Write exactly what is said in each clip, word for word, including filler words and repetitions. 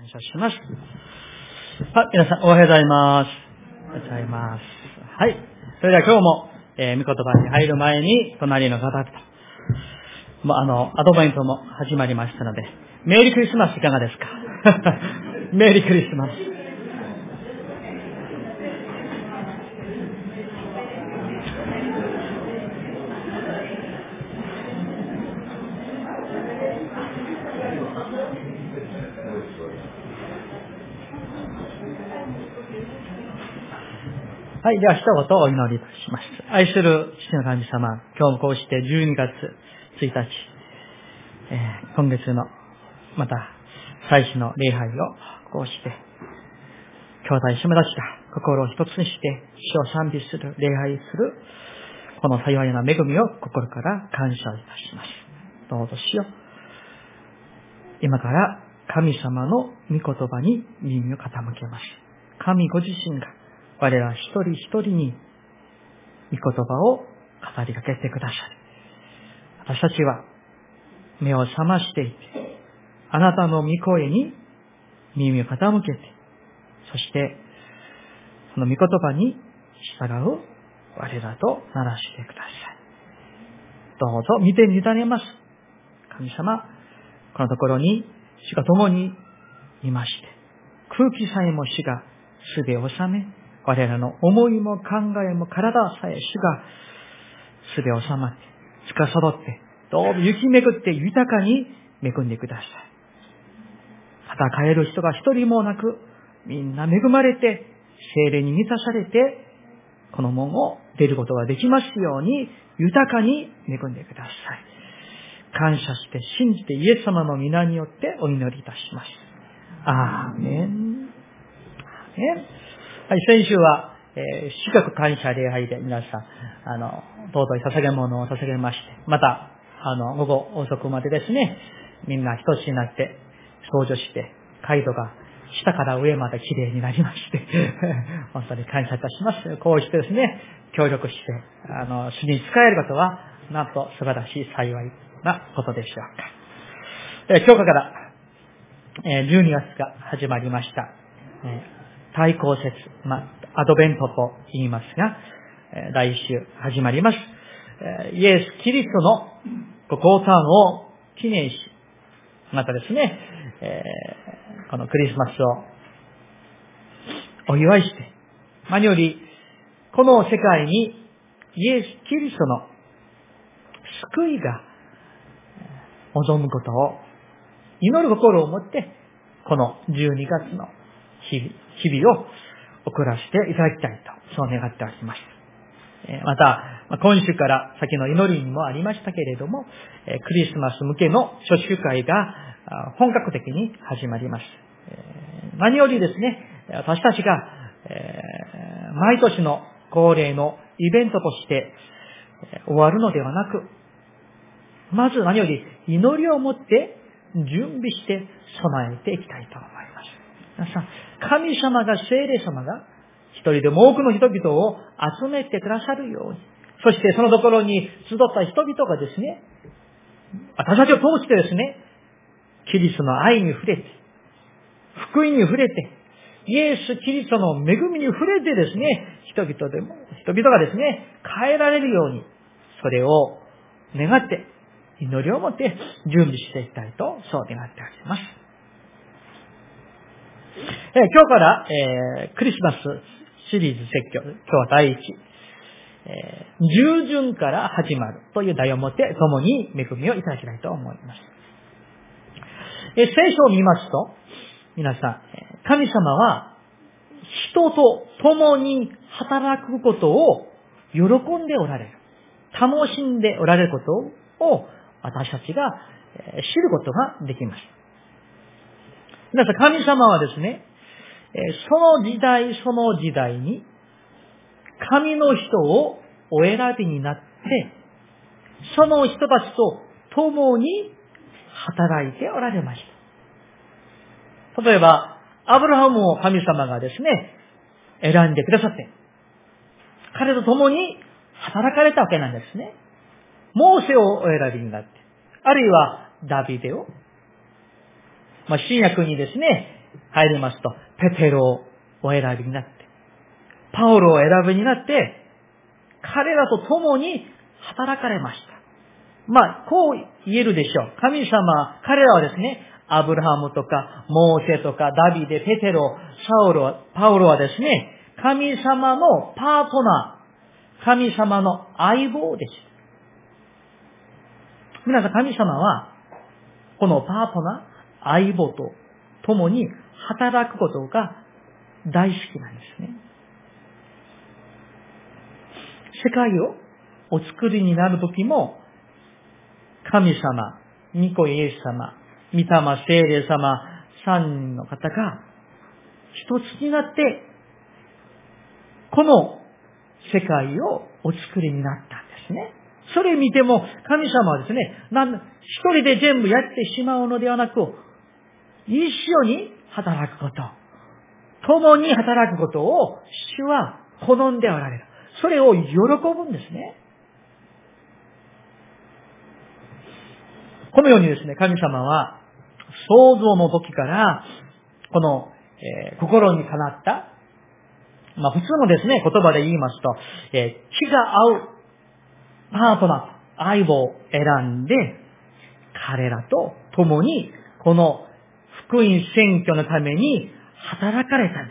謝します。はい、皆さんおはようございます。おはようございます。はい。それでは今日も、えー、御言葉に入る前に、隣の方と、もうあの、アドベントも始まりましたので、メリークリスマスいかがですかメリークリスマス。はい、では一言お祈りいたします。愛する父の神様、今日もこうしてじゅうにがつついたち、えー、今月のまた最初の礼拝をこうして兄弟姉妹たちが心を一つにして主を賛美する、礼拝するこの幸いな恵みを心から感謝いたします。どうぞしよう。今から神様の御言葉に耳を傾けます。神ご自身が我ら一人一人に御言葉を語りかけてくださる。私たちは目を覚ましていて、あなたの御声に耳を傾けて、そしてその御言葉に従う我らとならしてください。どうぞ見て委ねます。神様、このところに主が共にいまして、空気さえも主がすべを治め、我らの思いも考えも体さえ主がすべを治まって、司って、どうぞ雪めぐって豊かに恵んでください。また帰る人が一人もなく、みんな恵まれて、聖霊に満たされて、この門を出ることができますように、豊かに恵んでください。感謝して信じてイエス様の皆によってお祈りいたします。アーメン。アーメン。はい、先週は、えー、四角感謝礼拝で皆さん、あの、尊い捧げ物を捧げまして、また、あの、午後遅くまでですね、みんな一つになって掃除して、街道が下から上まで綺麗になりまして、本当に感謝いたします。こうしてですね、協力して、あの、主に使えることは、なんと素晴らしい幸いなことでしょうか。えー、今日から、えー、じゅうにがつが始まりました。えー、対抗節、まあ、アドベントと言いますが、えー、来週始まります。えー、イエス・キリストのご降誕を記念し、またですね、えー、このクリスマスをお祝いして、何よりこの世界にイエス・キリストの救いが望むことを祈る心を持って、このじゅうにがつの日々、日々を送らせていただきたいと、そう願っております。また、今週から先の祈りにもありましたけれども、クリスマス向けの初祝会が本格的に始まります。何よりですね、私たちが毎年の恒例のイベントとして終わるのではなく、まず何より祈りを持って準備して備えていきたいと思います。皆さん、神様が、聖霊様が一人でも多くの人々を集めてくださるように、そしてそのところに集った人々がですね、私たちを通してですね、キリストの愛に触れて、福音に触れて、イエス・キリストの恵みに触れてですね、人々でも、人々がですね、変えられるように、それを願って、祈りを持って準備していきたいと、そう願っております。えー、今日から、えー、クリスマスシリーズ説教、今日は第一、えー、従順から始まるという題をもって共に恵みをいただきたいと思います。えー、聖書を見ますと、皆さん、神様は人と共に働くことを喜んでおられる。楽しんでおられることを私たちが知ることができます。皆さん、神様はですね、その時代その時代に神の人をお選びになって、その人たちと共に働いておられました。例えば、アブラハムを神様がですね、選んでくださって、彼と共に働かれたわけなんですね。モーセをお選びになって、あるいはダビデを、まあ、新約にですね、 入りますと、ペテロをお選びになって、パウロを選びになって、彼らと共に働かれました。まあ、こう言えるでしょう。神様、彼らはですね、アブラハムとか、モーセとか、ダビデ、ペテロ、サウロ、パウロはですね、神様のパートナー、神様の相棒です。皆さん、神様は、このパートナー、相棒と共に働くことが大好きなんですね。世界をお作りになるときも、神様、御子イエス様、御霊聖霊様、三人の方が一つになって、この世界をお作りになったんですね。それ見ても、神様はですね、なん一人で全部やってしまうのではなく、一緒に働くこと、共に働くことを主は好んでおられる。それを喜ぶんですね。このようにですね、神様は創造の時から、この、えー、心にかなった、まあ普通のですね、言葉で言いますと、えー、気が合うパートナー、相棒を選んで、彼らと共に、この福音宣教のために働かれたんです。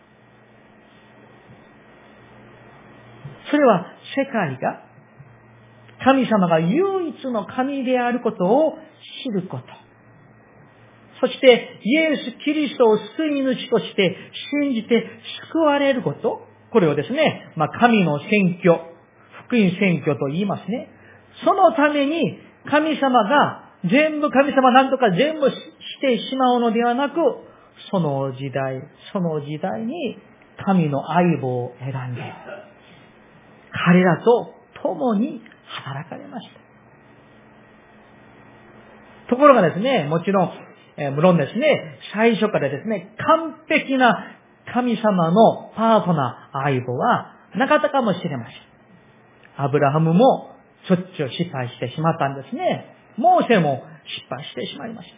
それは世界が、神様が唯一の神であることを知ること。そして、イエス・キリストを救い主として信じて救われること。これをですね、まあ、神の宣教、福音宣教と言いますね。そのために神様が全部神様なんとか全部してしまうのではなく、その時代、その時代に神の相棒を選んで、彼らと共に働かれました。ところがですね、もちろん、えー、無論ですね、最初からですね、完璧な神様のパートナー、相棒はなかったかもしれません。アブラハムもしょっちゅう失敗してしまったんですね。モーセも失敗してしまいました。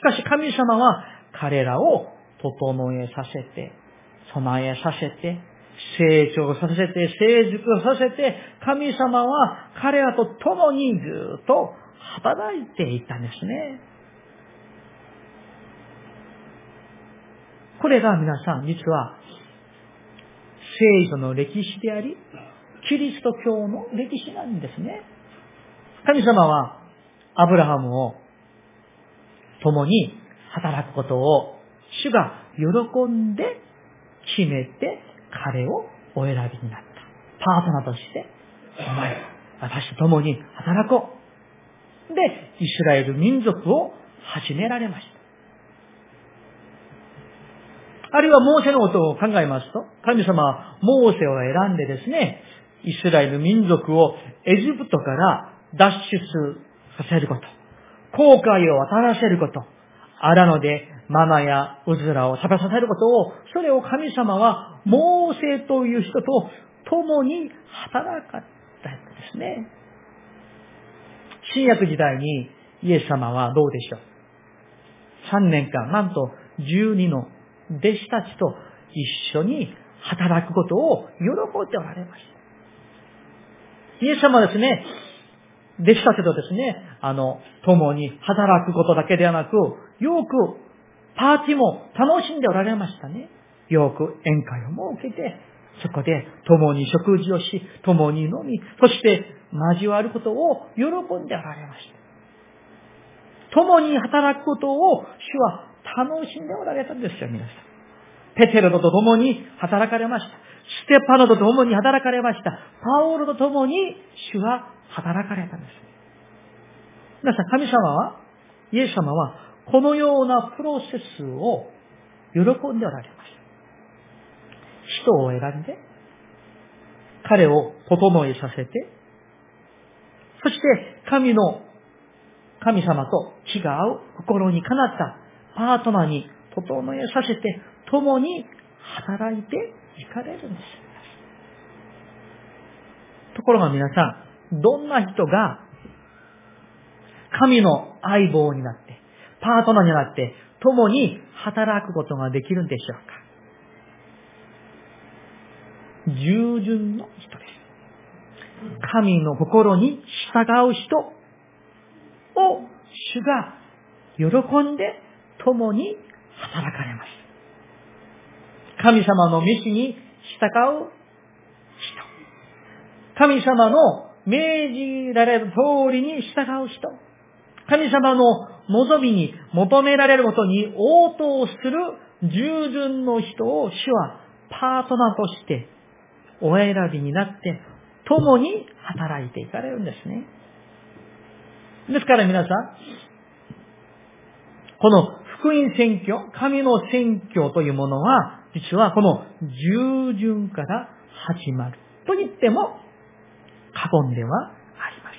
しかし神様は彼らを整えさせて、備えさせて、成長させて、成熟させて、神様は彼らと共にずっと働いていたんですね。これが皆さん、実は聖書の歴史であり、キリスト教の歴史なんですね。神様はアブラハムを共に働くことを主が喜んで決めて彼をお選びになった。パートナーとして、お前、私と共に働こう。で、イスラエル民族を始められました。あるいはモーセのことを考えますと、神様はモーセを選んでですね、イスラエル民族をエジプトから脱出させること、航海を渡らせること、荒野でマナやウズラを食べさせることを、それを神様はモーセという人と共に働かったんですね。新約時代にイエス様はどうでしょう。さんねんかん、なんとじゅうにの弟子たちと一緒に働くことを喜んでおられました。イエス様はですね、弟子たちとですね、あの、共に働くことだけではなく、よくパーティーも楽しんでおられましたね。よく宴会を設けて、そこで共に食事をし、共に飲み、そして交わることを喜んでおられました。共に働くことを主は楽しんでおられたんですよ、皆さん。ペテロと共に働かれました。ステパノと共に働かれました。パウロと共に主は働かれたんです。皆さん、神様は、イエス様は、このようなプロセスを喜んでおられました。人を選んで、彼を整えさせて、そして神の、神様と気が合う心にかなったパートナーに整えさせて、共に働いていかれるんです。ところが皆さん、どんな人が神の相棒になって、パートナーになって、 共に働くことができるんでしょうか。従順の人です。神の心に従う人を主が喜んで共に働かれます。神様の召しに従う人。神様の命じられる通りに従う人。神様の望みに求められることに応答する従順の人を主はパートナーとしてお選びになって共に働いていかれるんですね。ですから皆さん、この福音宣教、神の宣教というものは、実はこの従順から始まると言っても過言ではありま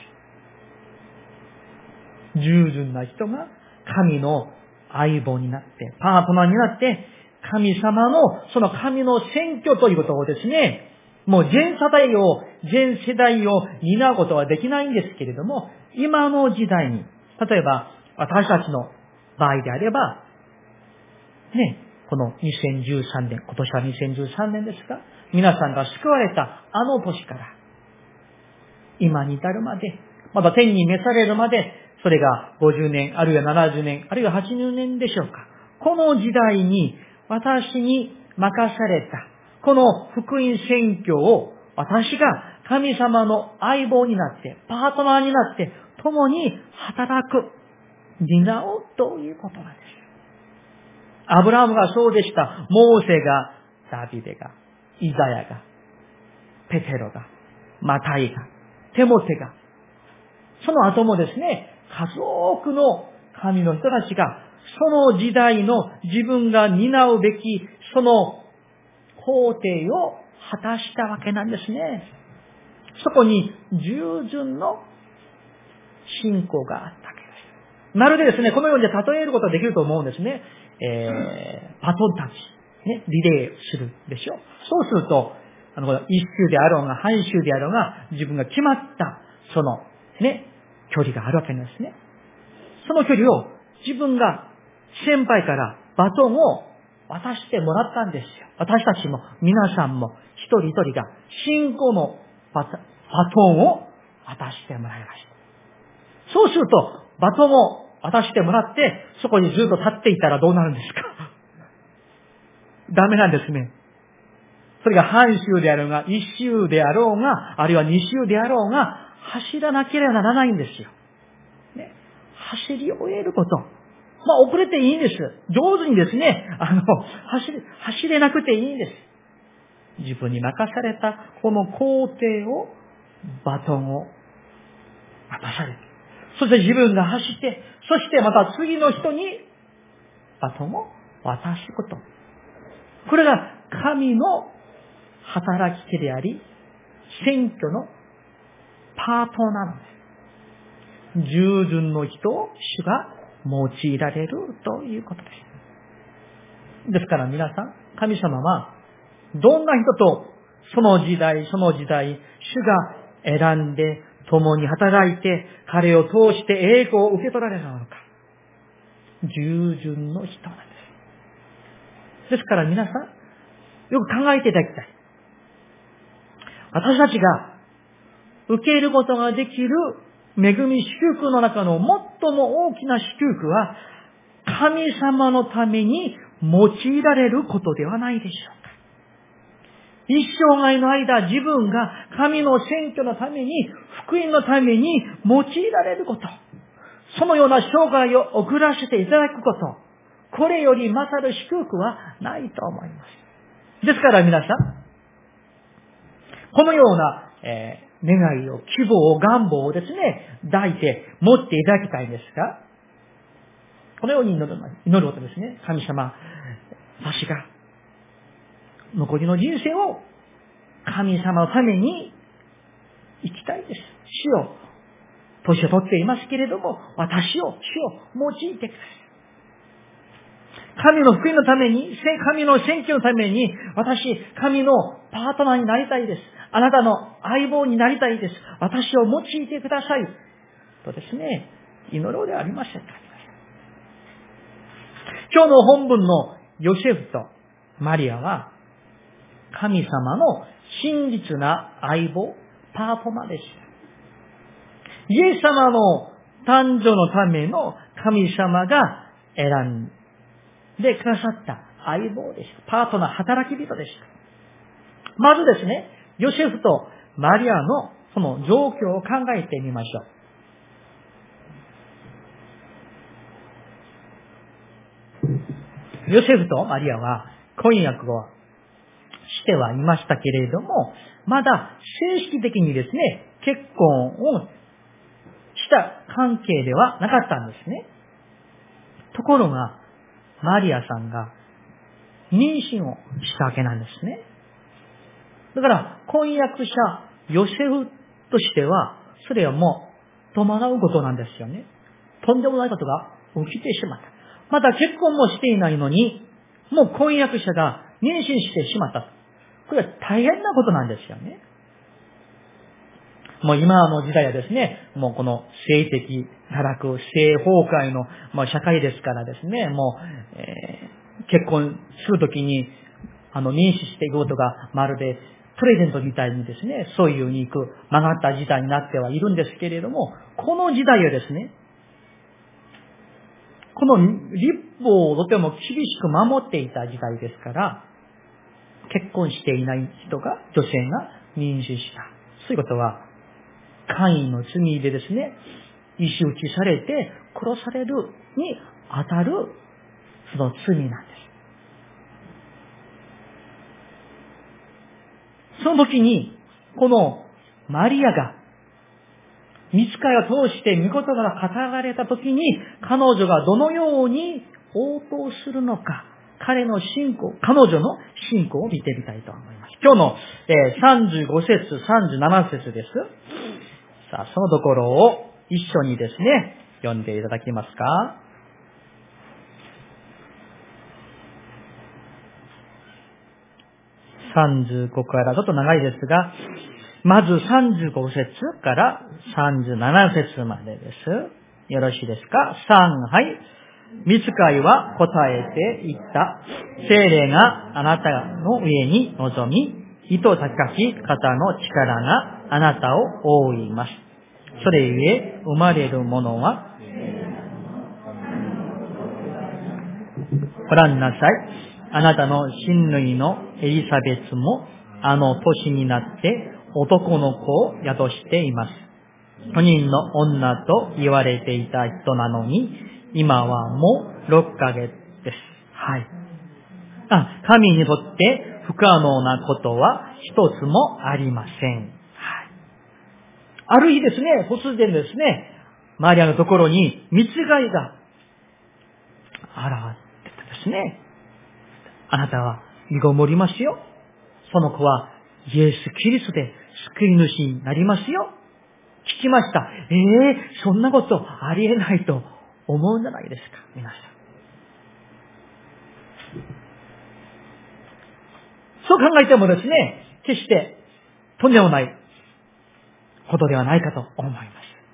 せん。従順な人が神の相棒になって、パートナーになって、神様の、その神の宣教ということをですね、もう全世代を、全世代を担うことはできないんですけれども、今の時代に、例えば私たちの場合であれば、ね、このにせんじゅうさんねん、今年はにせんじゅうさんねんですか、皆さんが救われたあの年から、今に至るまで、また天に召されるまで、それがごじゅうねん、あるいはななじゅうねん、あるいははちじゅうねんでしょうか。この時代に私に任された、この福音宣教を私が神様の相棒になって、パートナーになって、共に働く、担おうということなんです。アブラハムがそうでした。モーセが、ダビデが、イザヤが、ペテロが、マタイが、テモテが、その後もですね、数多くの神の人たちが、その時代の自分が担うべき、その工程を果たしたわけなんですね。そこに従順の信仰があったわけです。まるでですね、このように例えることができると思うんですね。えー、バトンタッチ、ね、リレーするでしょ。そうすると、あの、一周であろうが、半周であろうが、自分が決まった、その、ね、距離があるわけなんですね。その距離を自分が先輩からバトンを渡してもらったんですよ。私たちも皆さんも一人一人が信仰のバトンを渡してもらいました。そうするとバトンを渡してもらってそこにずっと立っていたらどうなるんですか？ダメなんですね。それが半周であろうが、一周であろうが、あるいは二周であろうが、走らなければならないんですよ。ね、走り終えること。まあ、遅れていいんです。上手にですね、あの、走れ、走れなくていいんです。自分に任されたこの工程を、バトンを渡されて、そして自分が走って、そしてまた次の人にバトンを渡すこと。これが神の働き手であり、選挙のパートナーなんです。従順の人を主が用いられるということです。ですから皆さん、神様はどんな人とその時代その時代主が選んで共に働いて彼を通して栄光を受け取られるのか。従順の人なんです。ですから皆さん、よく考えていただきたい。私たちが受けることができる恵み祝福の中の最も大きな祝福は神様のために用いられることではないでしょうか。一生涯の間自分が神の選挙のために、福音のために用いられること、そのような生涯を送らせていただくこと、これより勝る祝福はないと思います。ですから皆さん、このような、えー願いを、希望を、願望をですね、抱いて持っていただきたいんですが、このように祈る、祈ることですね。神様、私が残りの人生を神様のために生きたいです。主よ、年を取っていますけれども、私を、主を用いてください。神の福音のために、神の選挙のために、私、神のパートナーになりたいです。あなたの相棒になりたいです。私を用いてください。とですね、祈ろうではありませんか。 今日の本文のヨセフとマリアは、神様の真実な相棒、パートナーでした。イエス様の誕生のための神様が選んでくださった相棒でした。パートナー、働き人でした。まずですね、ヨセフとマリアのその状況を考えてみましょう。ヨセフとマリアは婚約をしてはいましたけれども、まだ正式的にですね、結婚をした関係ではなかったんですね。ところが、マリアさんが妊娠をしたわけなんですね。だから、婚約者ヨセフとしては、それはもう戸惑うことなんですよね。とんでもないことが起きてしまった。まだ結婚もしていないのに、もう婚約者が妊娠してしまった。これは大変なことなんですよね。もう今の時代はですね、もうこの性的堕落、性崩壊の、まあ、社会ですからですね、もう、えー、結婚するときに、あの、妊娠していくことがまるでプレゼントみたいにですね、そういうに行く曲がった時代になってはいるんですけれども、この時代はですね、この立法をとても厳しく守っていた時代ですから、結婚していない人が、女性が妊娠した。そういうことは、姦淫の罪でですね、石打ちされて殺されるに当たる、その罪なんです。その時に、このマリアが、御使いを通して御言葉が語られた時に、彼女がどのように応答するのか、彼の信仰、彼女の信仰を見てみたいと思います。今日の、えー、さんじゅうご節、さんじゅうなな節です。さあ、そのところを一緒にですね、読んでいただけますか。さんじゅうごからちょっと長いですが、まずさんじゅうご節からさんじゅうなな節までです。よろしいですか。さん、はい。御使いは答えて言った。聖霊があなたの上に臨み、糸高き方の力があなたを覆います。それゆえ生まれるものは、ご覧なさい。あなたの親類のエリザベスもあの年になって男の子を宿しています。不妊の女と言われていた人なのに、今はもうろっかげつです。はい。あ、神にとって不可能なことは一つもありません。はい。ある日ですね、突然ですね、マリアのところに御使いが現れてですね、あなたは身ごもりますよ。その子はイエス・キリストで救い主になりますよ。聞きました。ええー、そんなことありえないと思うんじゃないですか、皆さん。そう考えてもですね、決してとんでもないことではないかと思います。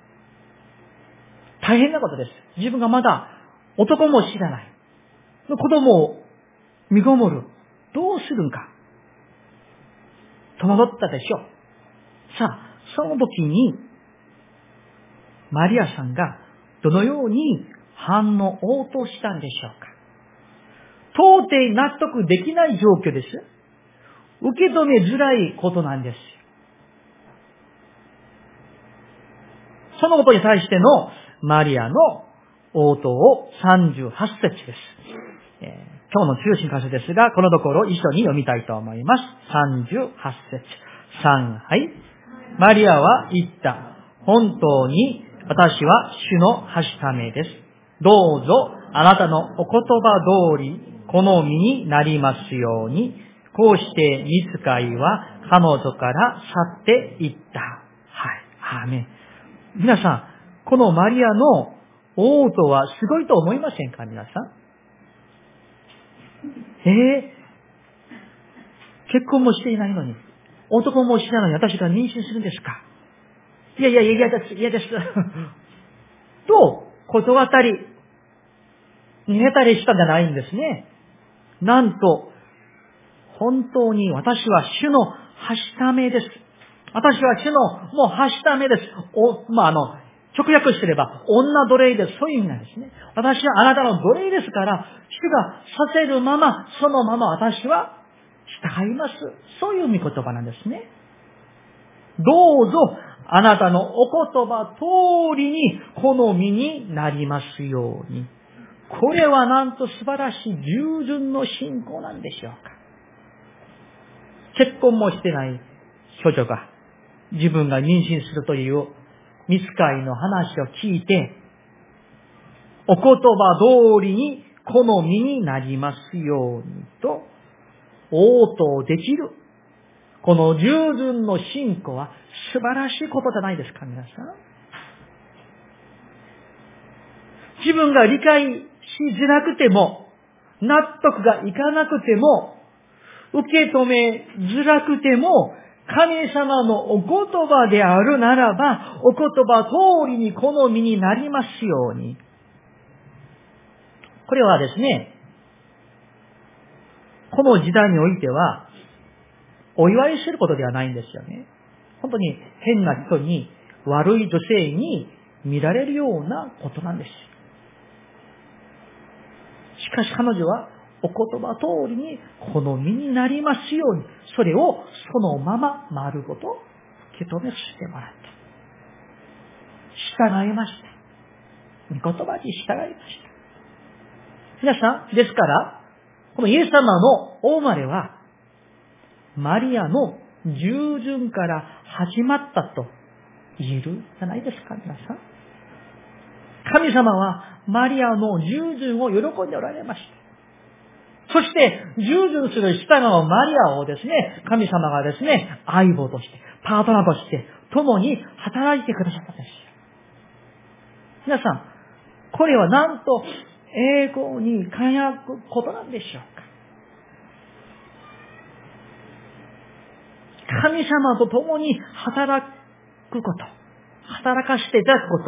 大変なことです。自分がまだ男も知らない。子供を身ごもる。どうするんか。戸惑ったでしょう。さあ、その時に、マリアさんがどのように反応を応答したんでしょうか。到底納得できない状況です。受け止めづらいことなんです。そのことに対してのマリアの応答をさんじゅうはち節です。えー、今日の中心箇所ですが、このところ一緒に読みたいと思います。さんじゅうはち節。さん、はい。マリアは言った。本当に私は主のはしためです。どうぞあなたのお言葉通り好みになりますように。こうして御使いは彼女から去っていった。はい。アーメン。皆さん、このマリアの応答はすごいと思いませんか、皆さん。えー、結婚もしていないのに、男もしていないのに私が妊娠するんですか。いやいや、嫌です、嫌です。と、ことわたり。 逃げたりしたんじゃないんですね。なんと、本当に私は主のはしためです。私は主のもうはしためです。お、まあ、あの、直訳すれば、女奴隷です。そういう意味なんですね。私はあなたの奴隷ですから、主がさせるまま、そのまま私は従います。そういう御言葉なんですね。どうぞ、あなたのお言葉通りに好みになりますように。これはなんと素晴らしい従順の信仰なんでしょうか。結婚もしてない少女が自分が妊娠するという御使いの話を聞いて、お言葉通りに好みになりますようにと応答できる。この従順の信仰は素晴らしいことじゃないですか、皆さん。自分が理解しづらくても、納得がいかなくても、受け止めづらくても、神様のお言葉であるならば、お言葉通りに好みになりますように。これはですね、この時代においては、お祝いすることではないんですよね。本当に変な人に、悪い女性に見られるようなことなんです。しかし彼女は、お言葉通りに好みになりますように、それをそのまま丸ごと受け止めさせてもらった。従いました。御言葉に従いました。皆さん、ですから、このイエス様のお生まれは、マリアの従順から始まったと言えるじゃないですか、皆さん。神様はマリアの従順を喜んでおられました。そして、従順する従うマリアをですね、神様がですね、相棒として、パートナーとして、共に働いてくださったんです。皆さん、これはなんと、栄光に輝くことなんでしょうか。神様と共に働くこと、働かせていただくこと、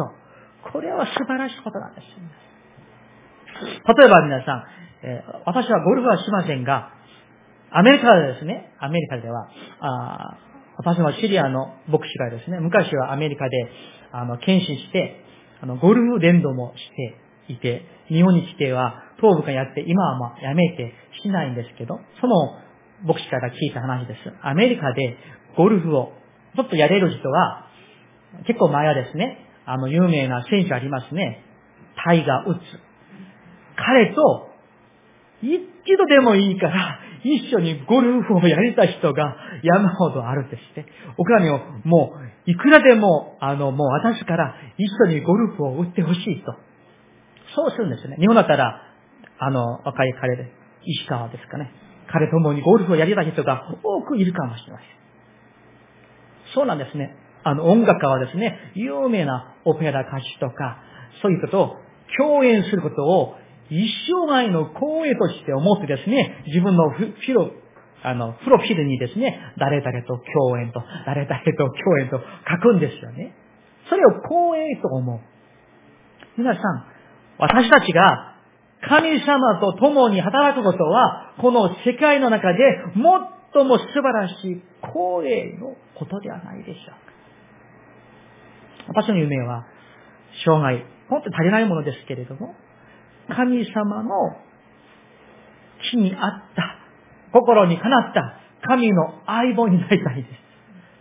これは素晴らしいことなんです。例えば皆さん、えー、私はゴルフはしませんが、アメリカでですね、アメリカでは、あ私のシリアの牧師がですね、昔はアメリカで、あの、検診して、あの、ゴルフ伝道もしていて、日本に来ては、東部からやって、今はまあ、やめてしないんですけど、その牧師から聞いた話です。アメリカでゴルフをちょっとやれる人は、結構前はですね、あの、有名な選手ありますね。タイガー・ウッズ。彼と、一度でもいいから、一緒にゴルフをやりた人が山ほどあるんですね。お金をもう、いくらでも、あの、もう私から一緒にゴルフを打ってほしいと。そうするんですね。日本だったら、あの、若い彼で、石川ですかね。彼ともにゴルフをやりたい人が多くいるかもしれません。そうなんですね。あの、音楽家はですね、有名なオペラ歌手とか、そういうことを共演することを一生涯の光栄として思ってですね、自分のフィロ、あの、プロフィールにですね、誰々と共演と、誰々と共演と書くんですよね。それを光栄と思う。皆さん、私たちが神様と共に働くことは、この世界の中で最も素晴らしい光栄のことではないでしょうか。私の夢は、生涯、本当に足りないものですけれども、神様の地にあった、心にかなった神の相棒になりたいです。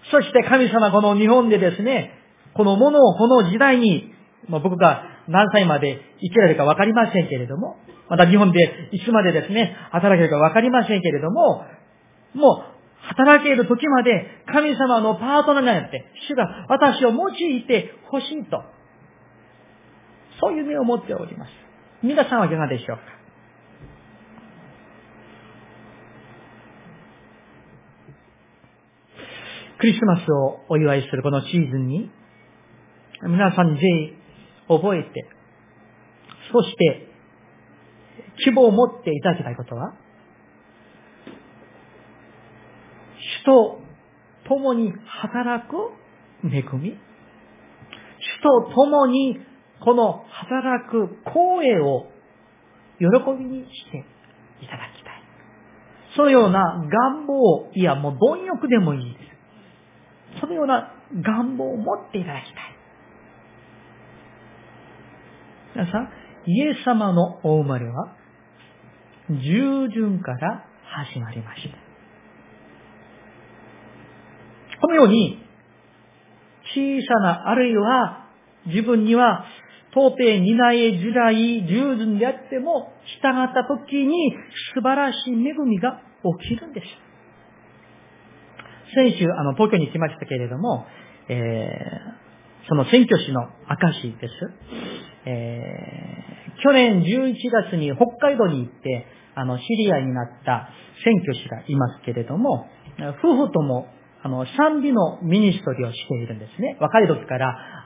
そして神様この日本でですね、このものをこの時代に、まあ、僕が何歳まで生きられるかわかりませんけれども、また日本でいつまでですね、働けるかわかりませんけれども、もう働ける時まで神様のパートナーになって、主が私を用いてほしいと、そういう夢を持っております。皆さんはいかがでしょうか。クリスマスをお祝いするこのシーズンに、皆さんにぜひ覚えて、そして希望を持っていただきたいことは、主と共に働く恵み、主と共にこの働く光栄を喜びにしていただきたい。そのような願望、いやもう貪欲でもいいです。そのような願望を持っていただきたい。皆さん、イエス様のお生まれは従順から始まりました。このように小さな、あるいは自分には到底担いづらい従順であっても従ったときに素晴らしい恵みが起きるんです。先週、あの、東京に来ましたけれども、えー、その宣教師の証です。えー、去年じゅういちがつに北海道に行って、あの、知り合いになった宣教師がいますけれども、夫婦とも、あの、賛美のミニストリーをしているんですね。若い時から、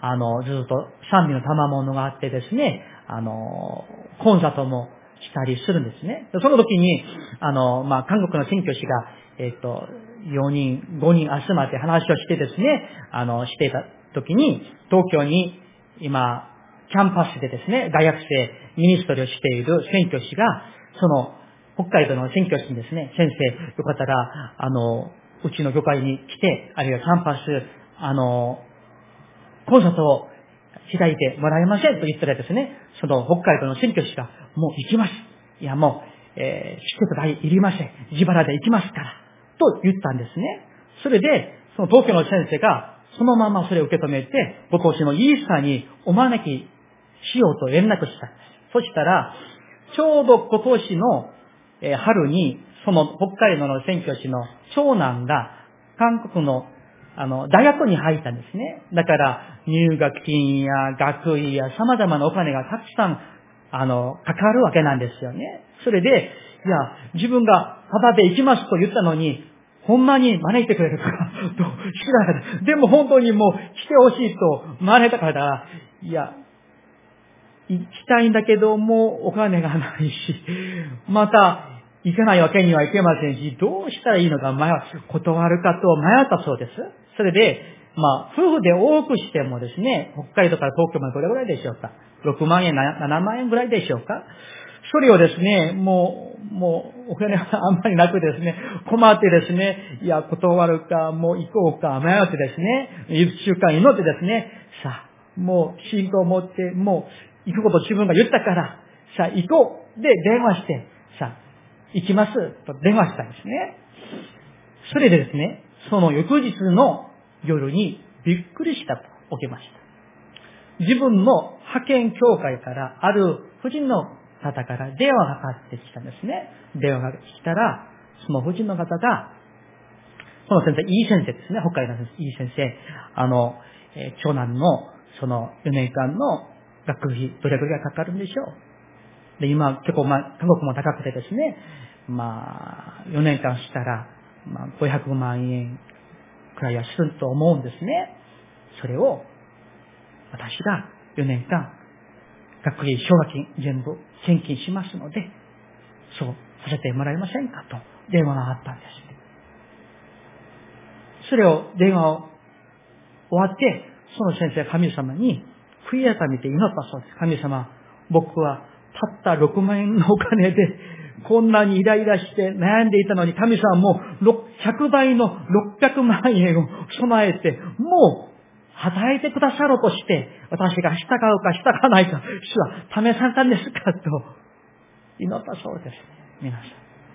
あの、ずっと賛美の賜物があってですね、あの、コンサートもしたりするんですね。その時に、あの、まあ、韓国の宣教師が、えっと、よにん、ごにん集まって話をしてですね、あの、していた時に、東京に今、キャンパスでですね、大学生ミニストリーをしている宣教師が、その、北海道の宣教師にですね、先生、よかったら、あの、うちの業界に来て、あるいはキャンパス、あの、コンサートを開いてもらえませんと言ったらですね、その北海道の宣教師が、もう行きます。いや、もう、えー、チケット代いりません。自腹で行きますから。と言ったんですね。それで、その東京の先生が、そのままそれを受け止めて、今年のイースターにお招きしようと連絡したんです。そしたら、ちょうど今年のえー、春に、その北海道の宣教師の長男が、韓国の、あの、大学に入ったんですね。だから、入学金や学費や様々なお金がたくさん、あの、かかるわけなんですよね。それで、いや、自分がタダで行きますと言ったのに、ほんまに招いてくれるからと、知らなかった。でも本当にもう来てほしいと招いたから、いや、行きたいんだけどもお金がないし、また行かないわけにはいけませんし、どうしたらいいのか迷う、断るかと迷ったそうです。それで、まあ、夫婦で多くしてもですね、北海道から東京までどれぐらいでしょうか。ろくまんえん、ななまんえんぐらいでしょうか。それをですね、もう、もう、お金があんまりなくですね、困ってですね、いや、断るか、もう行こうか、迷ってですね、一週間祈ってですね、さあ、もう信仰を持って、もう行くことを自分が言ったから、さあ行こう。で、電話して、さあ、行きますと電話したんですね。それでですね、その翌日の夜にびっくりしたと起きました。自分の派遣協会からある婦人の方から電話がかかってきたんですね。電話が来たら、その婦人の方が、その先生、いい先生ですね、北海道の先生、いい先生、あの、えー、長男のそのよねんかんの学費、どれぐらいかかるんでしょう。で、今結構まあ、韓国も高くてですね、まあ、よねんかんしたら、まあ、ごひゃくまんえんくらいはすると思うんですね。それを、私がよねんかん、学費、奨学金全部献金しますので、そうさせてもらえませんかと電話があったんです。それを、電話を終わって、その先生は神様に悔い改めて祈ったそうです。神様、僕はたったろくまんえんのお金でこんなにイライラして悩んでいたのに、神様もひゃくばいのろっぴゃくまんえんを備えて、もう働いてくださろうとして、私が従うか従わないか、主は試されたんですかと祈ったそうです。皆さん。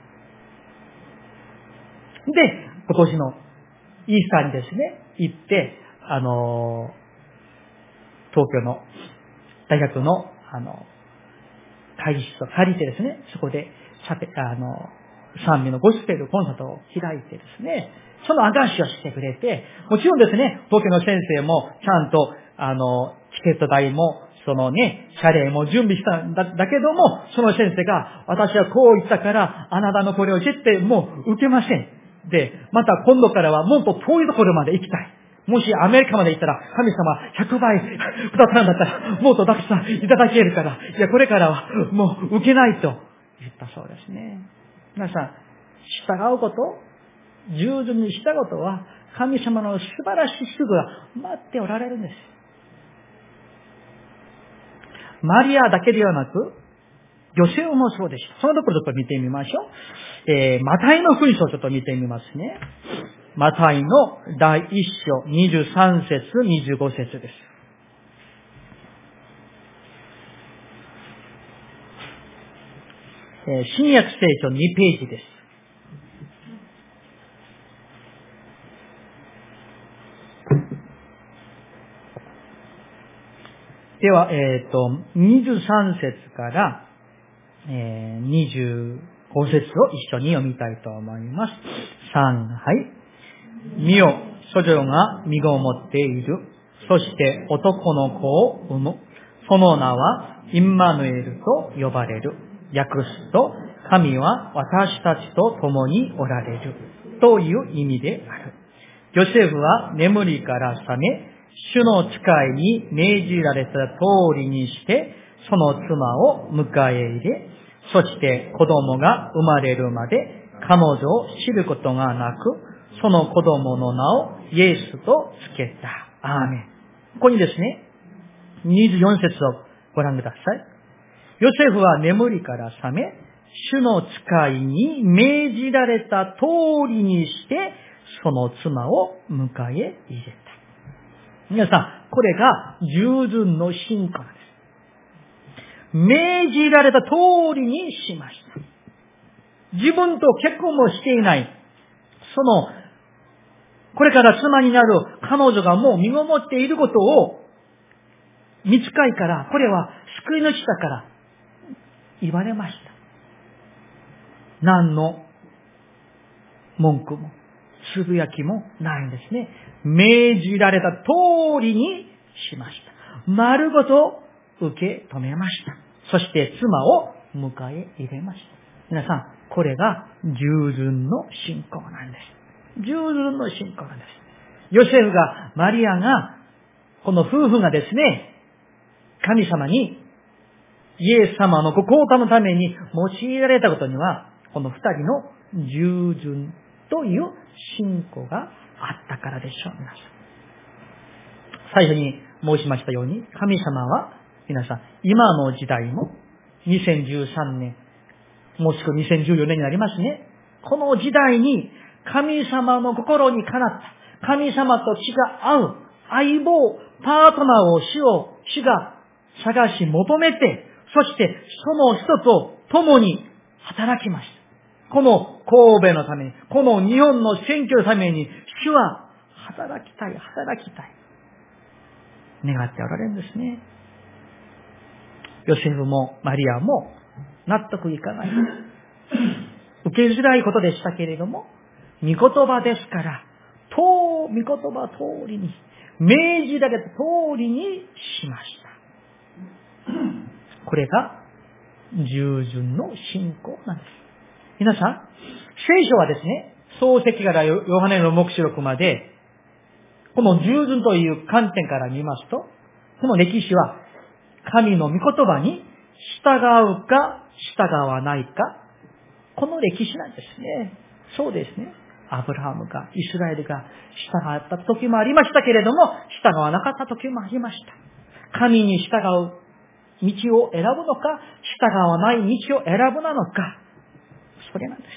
で、今年のイースターにですね、行って、あの、東京の大学の、あの、会議室を借りてですね、そこで、あの、賛美のゴスペルコンサートを開いてですね、その証しをしてくれて、もちろんですね、東京の先生もちゃんと、あの、チケット代も、そのね、謝礼も準備したんだ、だけども、その先生が、私はこう言ったから、あなたのこれを絶対もう受けません。で、また今度からはもっと遠いところまで行きたい。もしアメリカまで行ったら、神様ひゃくばいくださるんだったら、もっとたくさんいただけるから、いや、これからはもう受けないと言ったそうですね。皆さん、従うこと、従順に従うことは、神様の素晴らしい祝が待っておられるんです。マリアだけではなく、 ヨセフもそうでした。そのところちょっと見てみましょう。えー、マタイの福音書をちょっと見てみますね。マタイの第一章にじゅうさん節、にじゅうご節です。えー、新約聖書にページです。では、えっと、にじゅうさん節から、えー、にじゅうご節を一緒に読みたいと思います。さん、はい。見よ、処女が身ごもっている。そして男の子を産む。その名はインマヌエルと呼ばれる。訳すと、神は私たちと共におられる。という意味である。ヨセフは眠りから覚め、主の使いに命じられた通りにして、その妻を迎え入れ、そして子供が生まれるまで彼女を知ることがなく、その子供の名をイエスとつけた。アーメン。ここにですね、にじゅうよん節をご覧ください。ヨセフは眠りから覚め、主の使いに命じられた通りにして、その妻を迎え入れた。皆さん、これが従順の信仰です。命じられた通りにしました。自分と結婚もしていない、その、これから妻になる彼女がもう身ごもっていることを、見つかいから、これは救い主だから言われました。何の文句も、つぶやきもないんですね。命じられた通りにしました。丸ごと受け止めました。そして妻を迎え入れました。皆さん、これが従順の信仰なんです。従順の信仰なんです。ヨセフが、マリアが、この夫婦がですね、神様にイエス様のご降誕のために用いられたことには、この二人の従順という信仰があったからでしょう。皆さん、最初に申しましたように、神様は皆さん、今の時代もにせんじゅうさんねん、もしくはにせんじゅうよねんになりますね。この時代に神様の心にかなった、神様と血が合う相棒、パートナーを主を主が探し求めて、そしてその人と共に働きました。この神戸のために、この日本の選挙のために、主は働きたい、働きたい。願っておられるんですね。ヨセフもマリアも納得いかない。受けづらいことでしたけれども、御言葉ですから、と御言葉通りに、命じられた通りにしました。これが従順の信仰なんです。皆さん、聖書はですね、創世記からヨハネの黙示録まで、この従順という観点から見ますと、この歴史は神の御言葉に従うか従わないか、この歴史なんですね。そうですね。アブラハムが、イスラエルが従った時もありましたけれども、従わなかった時もありました。神に従う道を選ぶのか、従わない道を選ぶなのか、それなんです。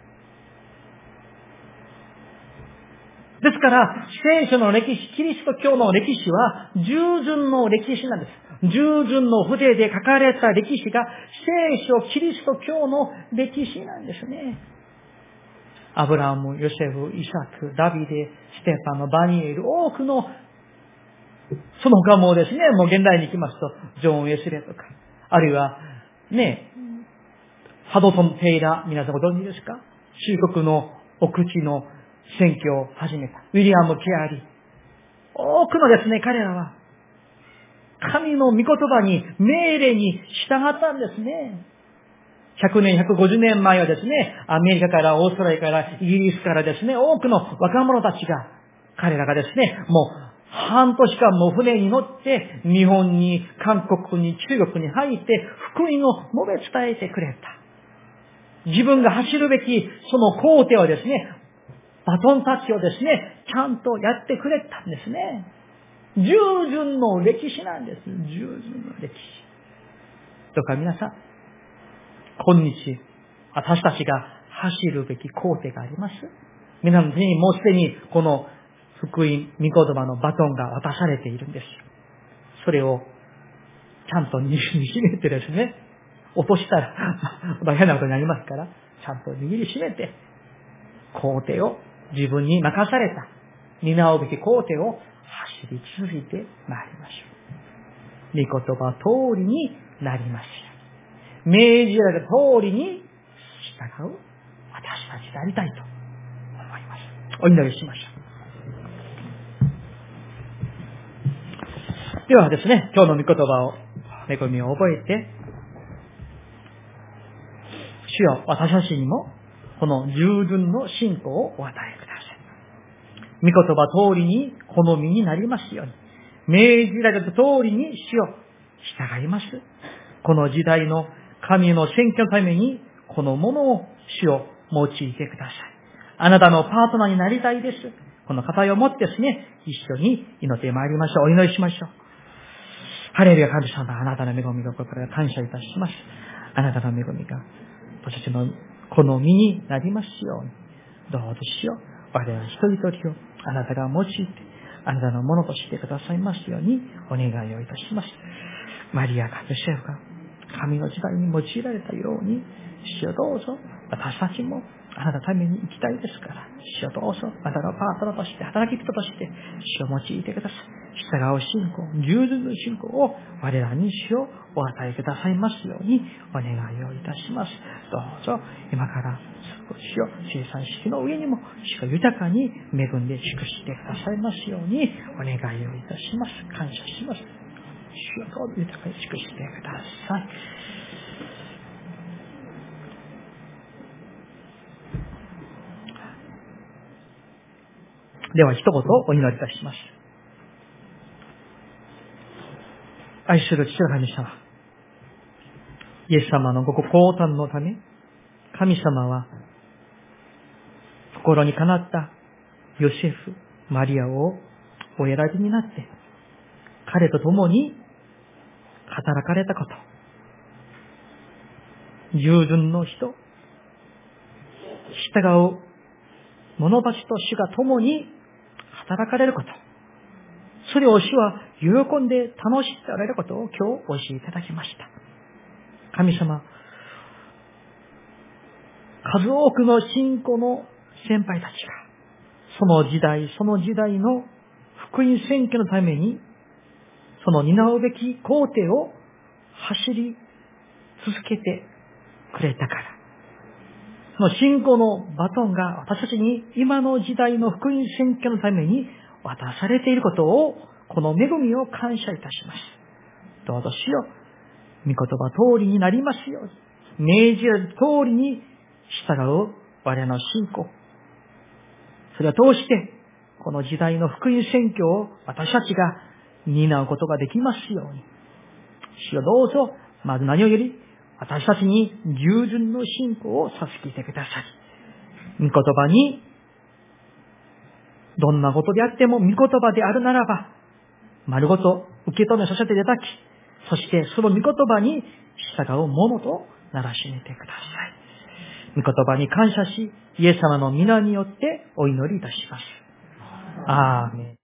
ですから、聖書の歴史、キリスト教の歴史は、従順の歴史なんです。従順の筆で書かれた歴史が、聖書、キリスト教の歴史なんですね。アブラハム、ヨセフ、イサク、ダビデ、ステファノ、バニエル、多くの、その他もですね、もう現代に行きますと、ジョン・ウェスレーとか、あるいは、ね、ハドソン・テイラー、皆さんご存知ですか？中国の奥地の選挙を始めた。ウィリアム・ケアリー。多くのですね、彼らは、神の御言葉に、命令に従ったんですね。ひゃくねん、ひゃくごじゅうねんまえはですね、アメリカから、オーストラリアから、イギリスからですね、多くの若者たちが、彼らがですね、もう、半年間も船に乗って、日本に、韓国に、中国に入って、福音を述べ伝えてくれた。自分が走るべき、その工程をですね、バトンタッチをですね、ちゃんとやってくれたんですね。従順の歴史なんです。従順の歴史。どうか皆さん、 今日、私たちが走るべき工程があります。皆さんの手にもうすでにこの福音、御言葉のバトンが渡されているんです。それをちゃんと握りしめてですね、落としたら大変なことになりますから、ちゃんと握りしめて、工程を自分に任された、担うべき工程を走り続けてまいりましょう。御言葉通りになりますように。命じられた通りに従う私たちでありたいと思います。お祈りしましょう。ではですね、今日の御言葉を、恵みを覚えて、主よ、私たちにもこの従順の信仰をお与えください。御言葉通りに好みになりますように、命じられた通りに主よ、従います。この時代の神の選挙のために、このものを主を用いてください。あなたのパートナーになりたいです。この方を持ってですね、一緒に祈ってまいりましょう。お祈りしましょう。ハレルヤ神様、あなたの恵みを心から感謝いたします。あなたの恵みが私たちの好みになりますように。どうぞしよう。我々一人一人をあなたが用いて、あなたのものとしてくださいますようにお願いをいたします。マリアがヨセフが神の時代に用いられたように、主よどうぞ私たちもあなたのために生きたいですから、主よどうぞあなたのパートナーとして、働き人として主を用いてください。従う信仰、従順の信仰を我らに主をお与えくださいますようにお願いをいたします。どうぞ今から少しを生産式の上にも主が豊かに恵んで祝してくださいますようにお願いをいたします。感謝します。主よどうぞ豊かに祝してください。では一言お祈りいたします。愛する父の神様、イエス様のご降誕のため、神様は心にかなったヨセフ、マリアをお選びになって、彼と共に働かれたこと、従順の人、従う者たちと主が共に働かれること、それを主は喜んで楽しんでおられることを今日お教えいただきました。神様、数多くの信仰の先輩たちが、その時代、その時代の福音宣教のために、その担うべき工程を走り続けてくれたから、その信仰のバトンが私たちに今の時代の福音宣教のために渡されていることを、この恵みを感謝いたします。どうぞ主よ、御言葉通りになりますように、命じられる通りに従う我らの信仰、それを通してこの時代の福音宣教を私たちが担うことができますように、主よどうぞ、まず何より私たちに従順の信仰を授けてください。御言葉にどんなことであっても御言葉であるならば丸ごと受け止めさせていただき、そしてその御言葉に従うものとならしめてください。御言葉に感謝し、イエス様の皆によってお祈りいたします。アーメン。